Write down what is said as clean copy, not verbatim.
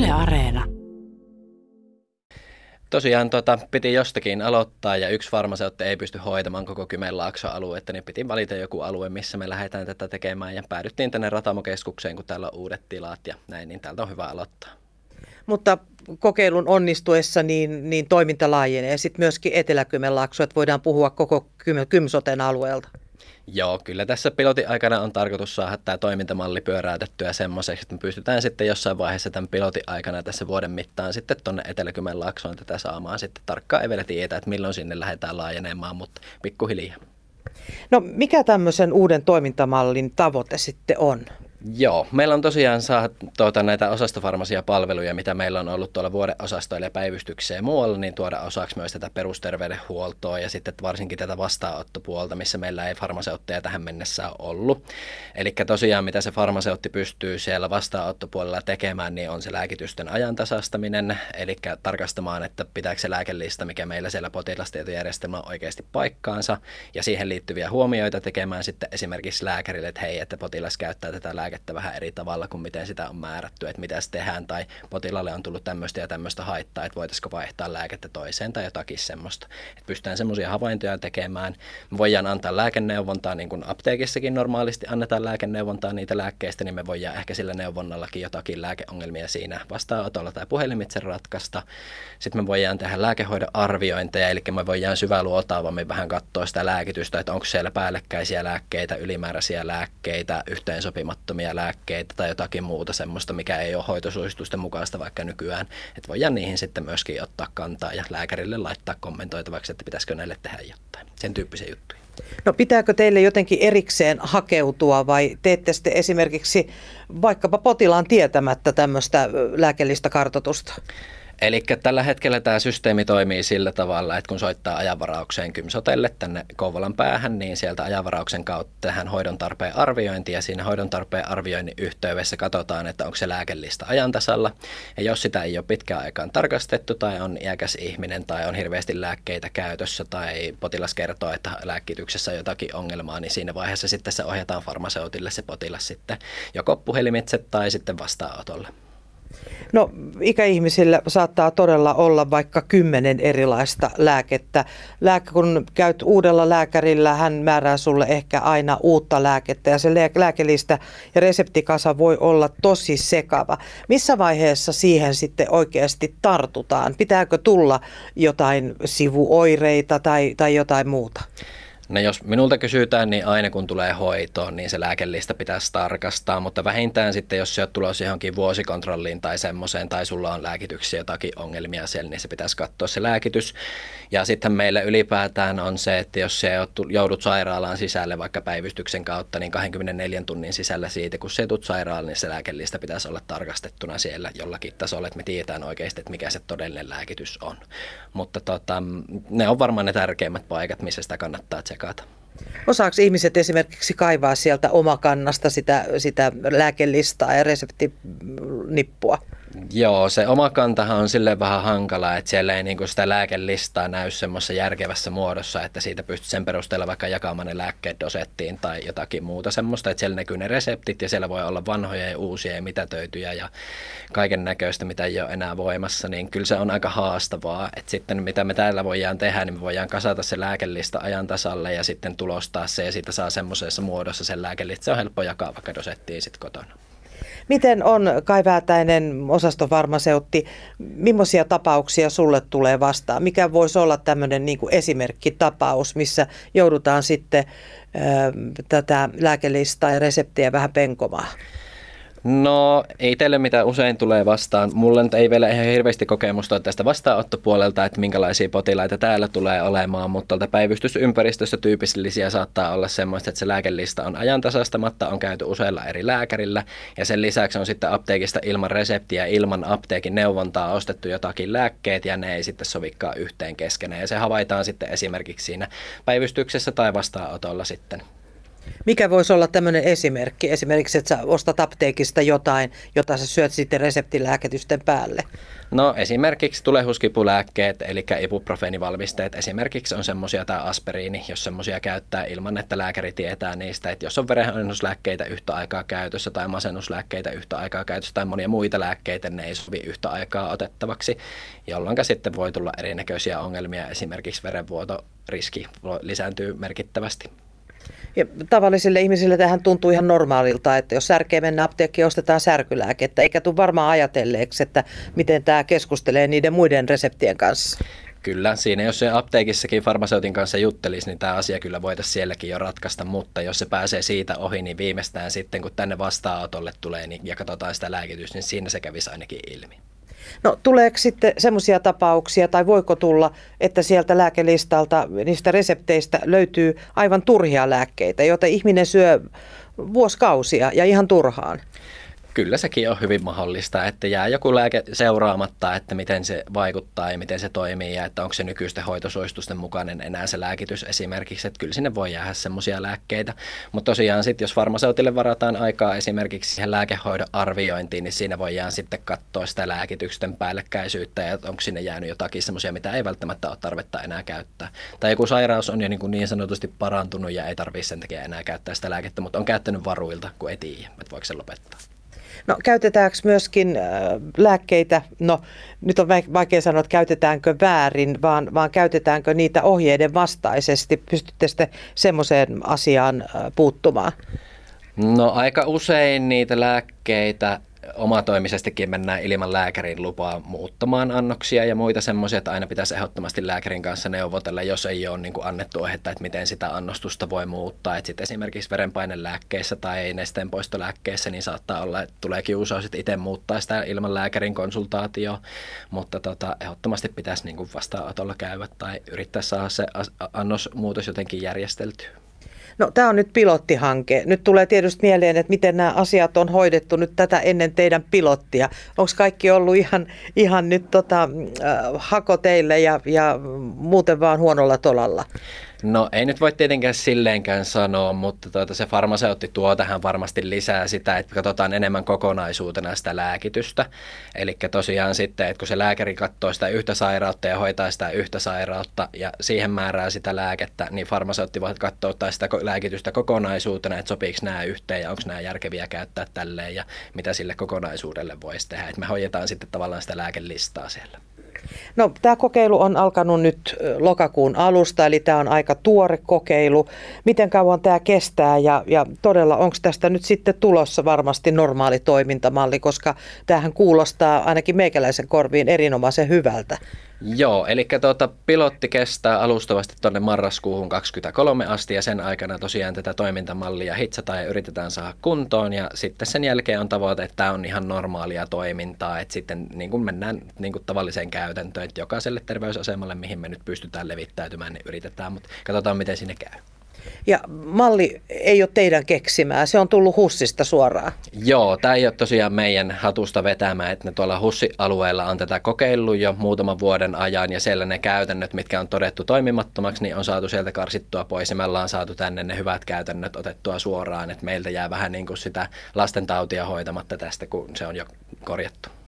Yle Areena. Tosiaan piti jostakin aloittaa ja yksi farmaseutti ei pysty hoitamaan koko Kymenlaakson aluetta, niin piti valita joku alue, missä me lähdetään tätä tekemään ja päädyttiin tänne Ratamo-keskukseen, kun täällä on uudet tilat ja näin, niin täältä on hyvä aloittaa. Mutta kokeilun onnistuessa niin toiminta laajenee ja sitten myöskin Etelä-Kymenlaakso, että voidaan puhua koko Kymsoten alueelta. Joo, kyllä tässä pilotin aikana on tarkoitus saada tämä toimintamalli pyöräytettyä semmoiseksi, että me pystytään sitten jossain vaiheessa tämän pilotin aikana tässä vuoden mittaan sitten tuonne Etelä-Kymenlaaksoon tätä saamaan sitten. Tarkkaan ei vielä tiedä, että milloin sinne lähdetään laajenemaan, mutta pikkuhiljaa. No mikä tämmöisen uuden toimintamallin tavoite sitten on? Joo, meillä on tosiaan näitä osastofarmasiapalveluja, mitä meillä on ollut tuolla vuodeosastoilla ja päivystyksessä ja muualla, niin tuoda osaksi myös tätä perusterveydenhuoltoa ja sitten varsinkin tätä vastaanottopuolta, missä meillä ei farmaseutteja tähän mennessä ole ollut. Eli tosiaan mitä se farmaseutti pystyy siellä vastaanottopuolella tekemään, niin on se lääkitysten ajantasastaminen, eli tarkastamaan, että pitääkö se lääkelista, mikä meillä siellä potilastietojärjestelmä on oikeasti paikkaansa, ja siihen liittyviä huomioita tekemään sitten esimerkiksi lääkärille, että hei, että potilas käyttää tätä lääkettä vähän eri tavalla kuin miten sitä on määrätty, että mitä se tehdään, tai potilaalle on tullut tämmöistä ja tämmöistä haittaa, että voitaisiko vaihtaa lääkettä toiseen tai jotakin semmoista. Että pystytään semmoisia havaintoja tekemään. Me voidaan antaa lääkeneuvontaa, niin kuin apteekissakin normaalisti annetaan lääkeneuvontaa niitä lääkkeistä, niin me voidaan ehkä sillä neuvonnallakin jotakin lääkeongelmia siinä vastaanotolla tai puhelimitse ratkaista. Sitten me voidaan tehdä lääkehoidon arviointeja, eli me voidaan syväluotaavammin vähän katsoa sitä lääkitystä, että onko siellä päällekkäisiä lääkkeitä, ylimääräisiä lääkkeitä, yhteensopimattomia lääkkeitä tai jotakin muuta semmoista, mikä ei ole hoitosuositusten mukaista vaikka nykyään. Että voidaan niihin sitten myöskin ottaa kantaa ja lääkärille laittaa kommentoitavaksi, että pitäisikö näille tehdä jotain. Sen tyyppisiä juttuja. No pitääkö teille jotenkin erikseen hakeutua vai teette sitten esimerkiksi vaikkapa potilaan tietämättä tämmöistä lääkellistä kartoitusta? Eli tällä hetkellä tämä systeemi toimii sillä tavalla, että kun soittaa ajanvaraukseen Kymsotelle tänne Kouvolan päähän, niin sieltä ajanvarauksen kautta tehdään hoidon tarpeen arviointi ja siinä hoidon tarpeen arvioinnin yhteydessä katsotaan, että onko se lääkelista ajan tasalla. Ja jos sitä ei ole pitkään aikaan tarkastettu tai on iäkäs ihminen tai on hirveästi lääkkeitä käytössä tai potilas kertoo, että lääkityksessä on jotakin ongelmaa, niin siinä vaiheessa sitten se ohjataan farmaseutille se potilas sitten joko puhelimitse tai sitten vastaanotolle. No ikäihmisillä saattaa todella olla vaikka 10 erilaista lääkettä. Kun käyt uudella lääkärillä, hän määrää sulle ehkä aina uutta lääkettä ja se lääkelista ja reseptikasa voi olla tosi sekava. Missä vaiheessa siihen sitten oikeasti tartutaan? Pitääkö tulla jotain sivuoireita tai jotain muuta? No jos minulta kysytään, niin aina kun tulee hoitoon, niin se lääkelista pitäisi tarkastaa, mutta vähintään sitten, jos sä oot tulossa johonkin vuosikontrolliin tai semmoiseen, tai sulla on lääkityksiä jotakin ongelmia siellä, niin se pitäisi katsoa se lääkitys. Ja sitten meillä ylipäätään on se, että jos sä joudut sairaalaan sisälle vaikka päivystyksen kautta, niin 24 tunnin sisällä siitä, kun sä tulet sairaalaan, niin se lääkelista pitäisi olla tarkastettuna siellä jollakin tasolla, että me tiedetään oikeasti, että mikä se todellinen lääkitys on. Mutta ne on varmaan ne tärkeimmät paikat, missä sitä kannattaa tsekata. Osaako ihmiset esimerkiksi kaivaa sieltä omakannasta sitä lääkelistaa ja reseptinippua? Joo, se oma kantahan on silleen vähän hankalaa, että siellä ei niinku sitä lääkelistaa näy semmoisessa järkevässä muodossa, että siitä pystyt sen perusteella vaikka jakamaan ne lääkkeet dosettiin tai jotakin muuta semmoista, että siellä näkyy ne reseptit ja siellä voi olla vanhoja ja uusia ja mitätöityjä ja kaiken näköistä, mitä ei ole enää voimassa, niin kyllä se on aika haastavaa, että sitten mitä me täällä voidaan tehdä, niin me voidaan kasata se lääkelista ajan tasalle ja sitten tulostaa se ja siitä saa semmoisessa muodossa sen lääkelista, se on helppo jakaa vaikka dosettiin sitten kotona. Miten on, Kai Väätäinen, osastofarmaseutti, millaisia tapauksia sulle tulee vastaan? Mikä voisi olla tämmöinen niin kuin esimerkkitapaus, missä joudutaan sitten tätä lääkelistaa ja reseptiä vähän penkomaan? No itselle mitä usein tulee vastaan, mulla ei vielä ihan hirveästi kokemusta tästä vastaanottopuolelta, että minkälaisia potilaita täällä tulee olemaan, mutta tuolta päivystysympäristössä tyypillisiä saattaa olla semmoista, että se lääkelista on ajantasaistamatta, on käyty useilla eri lääkärillä ja sen lisäksi on sitten apteekista ilman reseptiä, ilman apteekin neuvontaa ostettu jotakin lääkkeet ja ne ei sitten sovikaan yhteen keskenään ja se havaitaan sitten esimerkiksi siinä päivystyksessä tai vastaanotolla sitten. Mikä voisi olla tämmöinen esimerkki? Esimerkiksi, että sä ostat apteekista jotain, jota sä syöt sitten reseptilääkitysten päälle. No esimerkiksi tulehuskipulääkkeet, eli ibuprofeenivalmisteet esimerkiksi on semmoisia, tai aspiriini, jos semmoisia käyttää ilman, että lääkäri tietää niistä, että jos on verenpainonnuslääkkeitä yhtä aikaa käytössä tai masennuslääkkeitä yhtä aikaa käytössä tai monia muita lääkkeitä, ne ei sovi yhtä aikaa otettavaksi, jolloin sitten voi tulla erinäköisiä ongelmia, esimerkiksi verenvuotoriski lisääntyy merkittävästi. Ja tavallisille ihmisille tähän tuntuu ihan normaalilta, että jos särkee mennä apteekkiin, ostetaan särkylääkettä, eikä tule varmaan ajatelleeksi, että miten tämä keskustelee niiden muiden reseptien kanssa. Kyllä, siinä jos se apteekissakin farmaseutin kanssa juttelisi, niin tämä asia kyllä voitaisiin sielläkin jo ratkaista, mutta jos se pääsee siitä ohi, niin viimeistään sitten, kun tänne vastaanotolle tulee ja katsotaan sitä lääkitystä, niin siinä se kävisi ainakin ilmi. No tuleeko sitten semmoisia tapauksia, tai voiko tulla, että sieltä lääkelistalta, niistä resepteistä löytyy aivan turhia lääkkeitä, joita ihminen syö vuosikausia ja ihan turhaan? Kyllä sekin on hyvin mahdollista, että jää joku lääke seuraamatta, että miten se vaikuttaa ja miten se toimii ja että onko se nykyisten hoitosuositusten mukainen enää se lääkitys esimerkiksi, että kyllä sinne voi jäädä semmoisia lääkkeitä, mutta tosiaan sitten jos farmaseutille varataan aikaa esimerkiksi siihen lääkehoidon arviointiin, niin siinä voidaan sitten katsoa sitä lääkitysten päällekkäisyyttä ja onko sinne jäänyt jotakin semmoisia, mitä ei välttämättä ole tarvetta enää käyttää. Tai joku sairaus on jo niin sanotusti parantunut ja ei tarvitse sen takia enää käyttää sitä lääkettä, mutta on käyttänyt varuilta, kun ei tiedä, että voiko se lopettaa. No käytetäänkö myöskin lääkkeitä, no nyt on vaikea sanoa, että käytetäänkö väärin, vaan käytetäänkö niitä ohjeiden vastaisesti? Pystytte sitten semmoiseen asiaan puuttumaan? No aika usein niitä lääkkeitä omatoimisestikin mennään ilman lääkärin lupaa muuttamaan annoksia ja muita semmoisia, että aina pitäisi ehdottomasti lääkärin kanssa neuvotella, jos ei ole niin kuin annettu ohjetta, että miten sitä annostusta voi muuttaa. Että sitten esimerkiksi verenpainelääkkeissä tai nesteenpoistolääkkeissä niin saattaa olla, että tulee kiusaus itse muuttaa sitä ilman lääkärin konsultaatioa, mutta ehdottomasti pitäisi niin kuin vastaanotolla käydä tai yrittää saada se annosmuutos jotenkin järjesteltyä. No tämä on nyt pilottihanke. Nyt tulee tietysti mieleen, että miten nämä asiat on hoidettu nyt tätä ennen teidän pilottia. Onko kaikki ollut ihan nyt hako teille ja muuten vaan huonolla tolalla? No ei nyt voi tietenkään silleenkään sanoa, mutta se farmaseutti tuo tähän varmasti lisää sitä, että katsotaan enemmän kokonaisuutena sitä lääkitystä. Eli tosiaan sitten, että kun se lääkäri katsoo sitä yhtä sairautta ja hoitaa sitä yhtä sairautta ja siihen määrää sitä lääkettä, niin farmaseutti voi katsoa sitä lääkitystä kokonaisuutena, että sopiiko nämä yhteen ja onko nämä järkeviä käyttää tälleen ja mitä sille kokonaisuudelle voisi tehdä. Että me hoidetaan sitten tavallaan sitä lääkelistaa siellä. No tämä kokeilu on alkanut nyt lokakuun alusta, eli tämä on aika tuore kokeilu. Miten kauan tämä kestää ja todella onko tästä nyt sitten tulossa varmasti normaali toimintamalli, koska tämähän kuulostaa ainakin meikäläisen korviin erinomaisen hyvältä. Joo, eli pilotti kestää alustavasti tuonne marraskuuhun 2023 asti ja sen aikana tosiaan tätä toimintamallia hitsataan ja yritetään saada kuntoon ja sitten sen jälkeen on tavoite, että tämä on ihan normaalia toimintaa, että sitten niin kuin mennään niin kuin tavalliseen käytäntöön, että jokaiselle terveysasemalle, mihin me nyt pystytään levittäytymään, niin yritetään, mutta katsotaan miten sinne käy. Ja malli ei ole teidän keksimää, se on tullut HUSista suoraan. Joo, tämä ei ole tosiaan meidän hatusta vetämään, että ne tuolla HUS-alueella on tätä kokeillut jo muutaman vuoden ajan ja siellä ne käytännöt, mitkä on todettu toimimattomaksi, niin on saatu sieltä karsittua pois ja me ollaan saatu tänne ne hyvät käytännöt otettua suoraan, että meiltä jää vähän niin kuin sitä lastentautia hoitamatta tästä, kun se on jo korjattu.